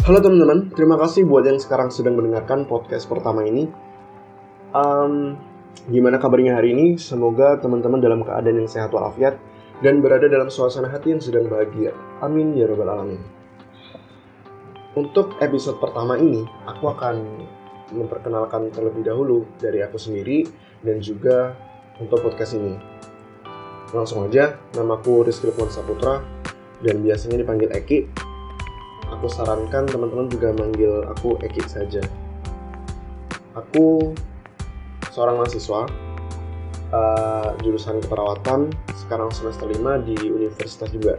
Halo teman-teman, terima kasih buat yang sekarang sedang mendengarkan podcast pertama ini. Gimana kabarnya hari ini? Semoga teman-teman dalam keadaan yang sehat walafiat dan berada dalam suasana hati yang sedang bahagia. Amin ya rabbal alamin. Untuk episode pertama ini, aku akan memperkenalkan terlebih dahulu dari aku sendiri dan juga untuk podcast ini. Langsung aja, namaku Rizky Lukman Saputra dan biasanya dipanggil Eki. Aku sarankan teman-teman juga manggil aku Eki saja. Aku seorang mahasiswa jurusan keperawatan, sekarang semester 5 di Universitas Jember.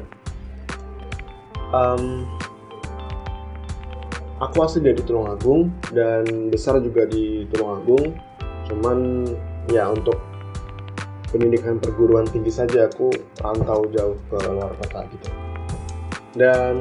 Aku asli dari Tulungagung dan besar juga di Tulungagung. Cuman ya untuk pendidikan perguruan tinggi saja aku rantau jauh ke luar kota gitu. Dan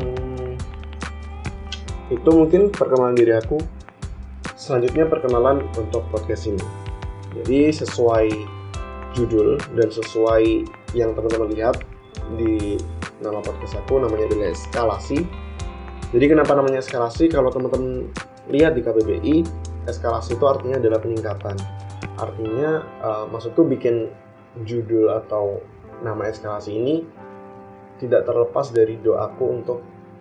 itu mungkin perkenalan diri aku. Selanjutnya perkenalan untuk podcast ini. Jadi sesuai judul dan sesuai yang teman-teman lihat di nama podcast aku, namanya adalah eskalasi. Jadi kenapa namanya eskalasi? Kalau teman-teman lihat di KBBI, eskalasi itu artinya adalah peningkatan. Artinya maksudku bikin judul atau nama eskalasi ini tidak terlepas dari doaku untuk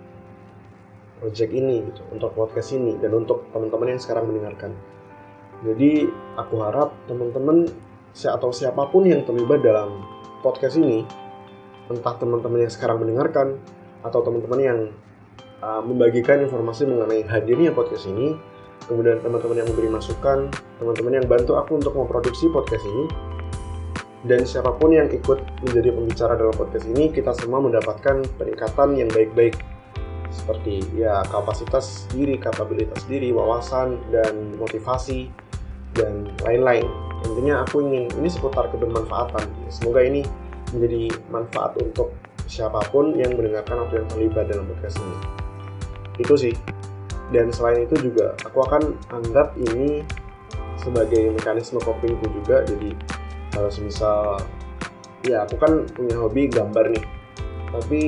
project ini gitu, untuk podcast ini dan untuk teman-teman yang sekarang mendengarkan. Jadi aku harap teman-teman atau siapapun yang terlibat dalam podcast ini, entah teman-teman yang sekarang mendengarkan atau teman-teman yang membagikan informasi mengenai hadirnya podcast ini, kemudian teman-teman yang memberi masukan, teman-teman yang bantu aku untuk memproduksi podcast ini, dan siapapun yang ikut menjadi pembicara dalam podcast ini, kita semua mendapatkan peningkatan yang baik-baik seperti ya kapasitas diri, kapabilitas diri, wawasan, dan motivasi, dan lain-lain. Intinya aku ingin ini seputar kebermanfaatan. Semoga ini menjadi manfaat untuk siapapun yang mendengarkan atau yang terlibat dalam podcast ini. Itu sih. Dan selain itu juga aku akan anggap ini sebagai mekanisme copingku juga. Jadi kalau semisal ya aku kan punya hobi gambar nih, tapi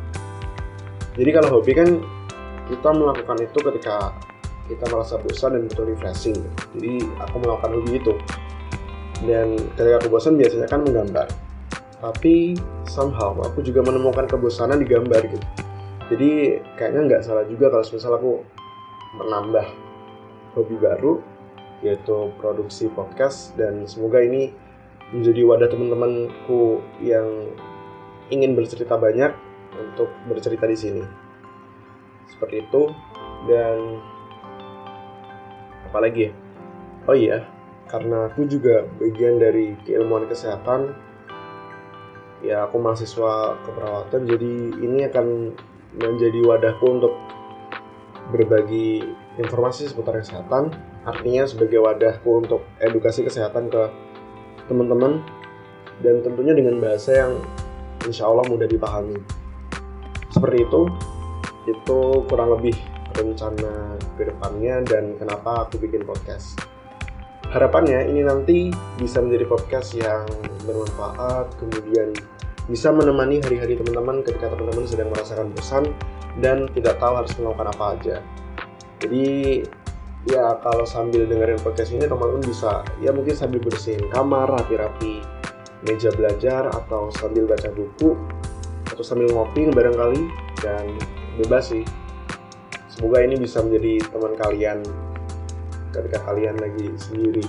jadi kalau hobi kan kita melakukan itu ketika kita merasa bosan dan butuh refreshing. Jadi aku melakukan hobi itu. Dan ketika aku bosan biasanya kan menggambar. Tapi somehow aku juga menemukan kebosanan di gambar gitu. Jadi kayaknya nggak salah juga kalau misal aku menambah hobi baru, yaitu produksi podcast. Dan semoga ini menjadi wadah teman-temanku yang ingin bercerita banyak untuk bercerita di sini. Seperti itu. Dan apalagi ya? Oh iya, karena aku juga bagian dari keilmuan kesehatan. Ya, aku mahasiswa keperawatan, jadi ini akan menjadi wadahku untuk berbagi informasi seputar kesehatan. Artinya sebagai wadahku untuk edukasi kesehatan ke teman-teman, dan tentunya dengan bahasa yang insya Allah mudah dipahami. Seperti itu kurang lebih rencana ke depannya dan kenapa aku bikin podcast. Harapannya ini nanti bisa menjadi podcast yang bermanfaat, kemudian bisa menemani hari-hari teman-teman ketika teman-teman sedang merasakan bosan dan tidak tahu harus melakukan apa aja. Jadi ya kalau sambil dengerin podcast ini teman-teman bisa ya mungkin sambil bersihin kamar rapi-rapi, meja belajar, atau sambil baca buku, atau sambil ngopi barangkali, dan bebas sih. Semoga ini bisa menjadi teman kalian ketika kalian lagi sendiri.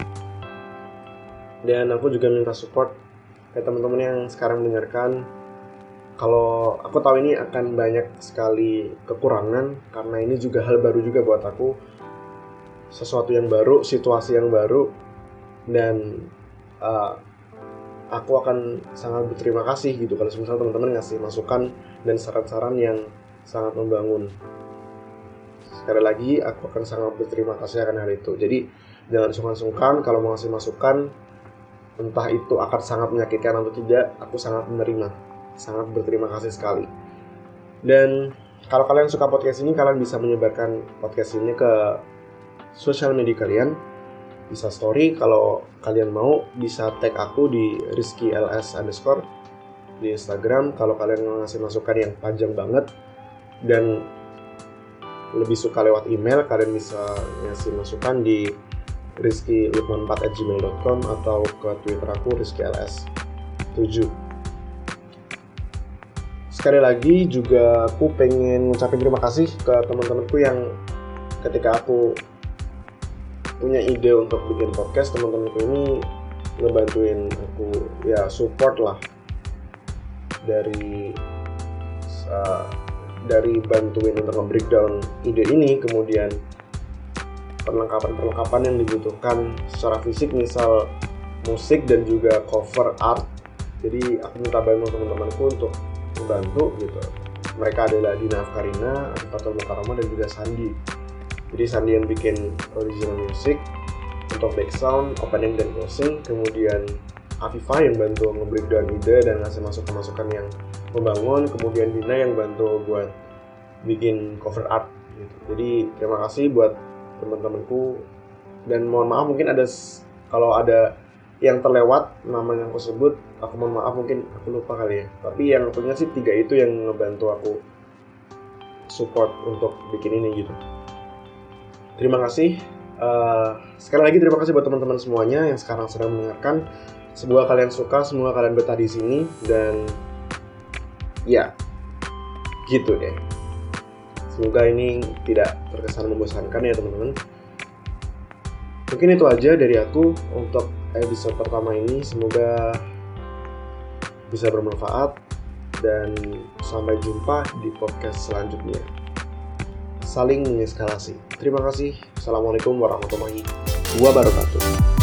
Dan aku juga minta support ke teman-teman yang sekarang mendengarkan. Kalau aku tahu ini akan banyak sekali kekurangan, karena ini juga hal baru juga buat aku, sesuatu yang baru, situasi yang baru, dan aku akan sangat berterima kasih gitu kalau misalnya teman-teman ngasih masukan dan saran-saran yang sangat membangun. Sekali lagi aku akan sangat berterima kasih akan hal itu. Jadi jangan sungkan-sungkan kalau mau ngasih masukan, entah itu akan sangat menyakitkan atau tidak, aku sangat menerima, sangat berterima kasih sekali. Dan kalau kalian suka podcast ini, kalian bisa menyebarkan podcast ini ke sosial media kalian. Bisa story, kalau kalian mau bisa tag aku di rizky_ls_ di Instagram kalau kalian ngasih masukan yang panjang banget. Dan lebih suka lewat email, kalian bisa ngasih masukan di rizkylukman4@gmail.com atau ke Twitter aku rizkyls7. Sekali lagi juga aku pengen ngucapin terima kasih ke teman-temanku yang ketika aku punya ide untuk bikin podcast, teman-temanku ini ngebantuin aku, ya support lah dari bantuin untuk nge-breakdown ide ini, kemudian perlengkapan yang dibutuhkan secara fisik, misal musik dan juga cover art. Jadi aku minta bantu teman-temanku untuk membantu gitu. Mereka adalah Dina Afkarina, Fatul Mukarramah, dan juga Sandi. Jadi Sandi yang bikin original music untuk background, opening dan closing, kemudian Afifah yang bantu nge-breakdown ide dan ngasih masukan-masukan yang membangun, kemudian Dina yang bantu buat bikin cover art gitu. Jadi terima kasih buat teman-temanku, dan mohon maaf mungkin kalau ada yang terlewat nama yang aku sebut, aku mohon maaf, mungkin aku lupa kali ya. Tapi yang punya sih 3 itu yang ngebantu aku support untuk bikin ini gitu. Terima kasih. Sekali lagi terima kasih buat teman-teman semuanya yang sekarang sedang mendengarkan. Semoga kalian suka, semoga kalian betah di sini, dan ya gitu deh. Semoga ini tidak terkesan membosankan ya teman-teman. Mungkin itu aja dari aku untuk episode pertama ini. Semoga bisa bermanfaat, dan sampai jumpa di podcast selanjutnya. Saling mengeskalasi. Terima kasih. Assalamualaikum warahmatullahi wabarakatuh.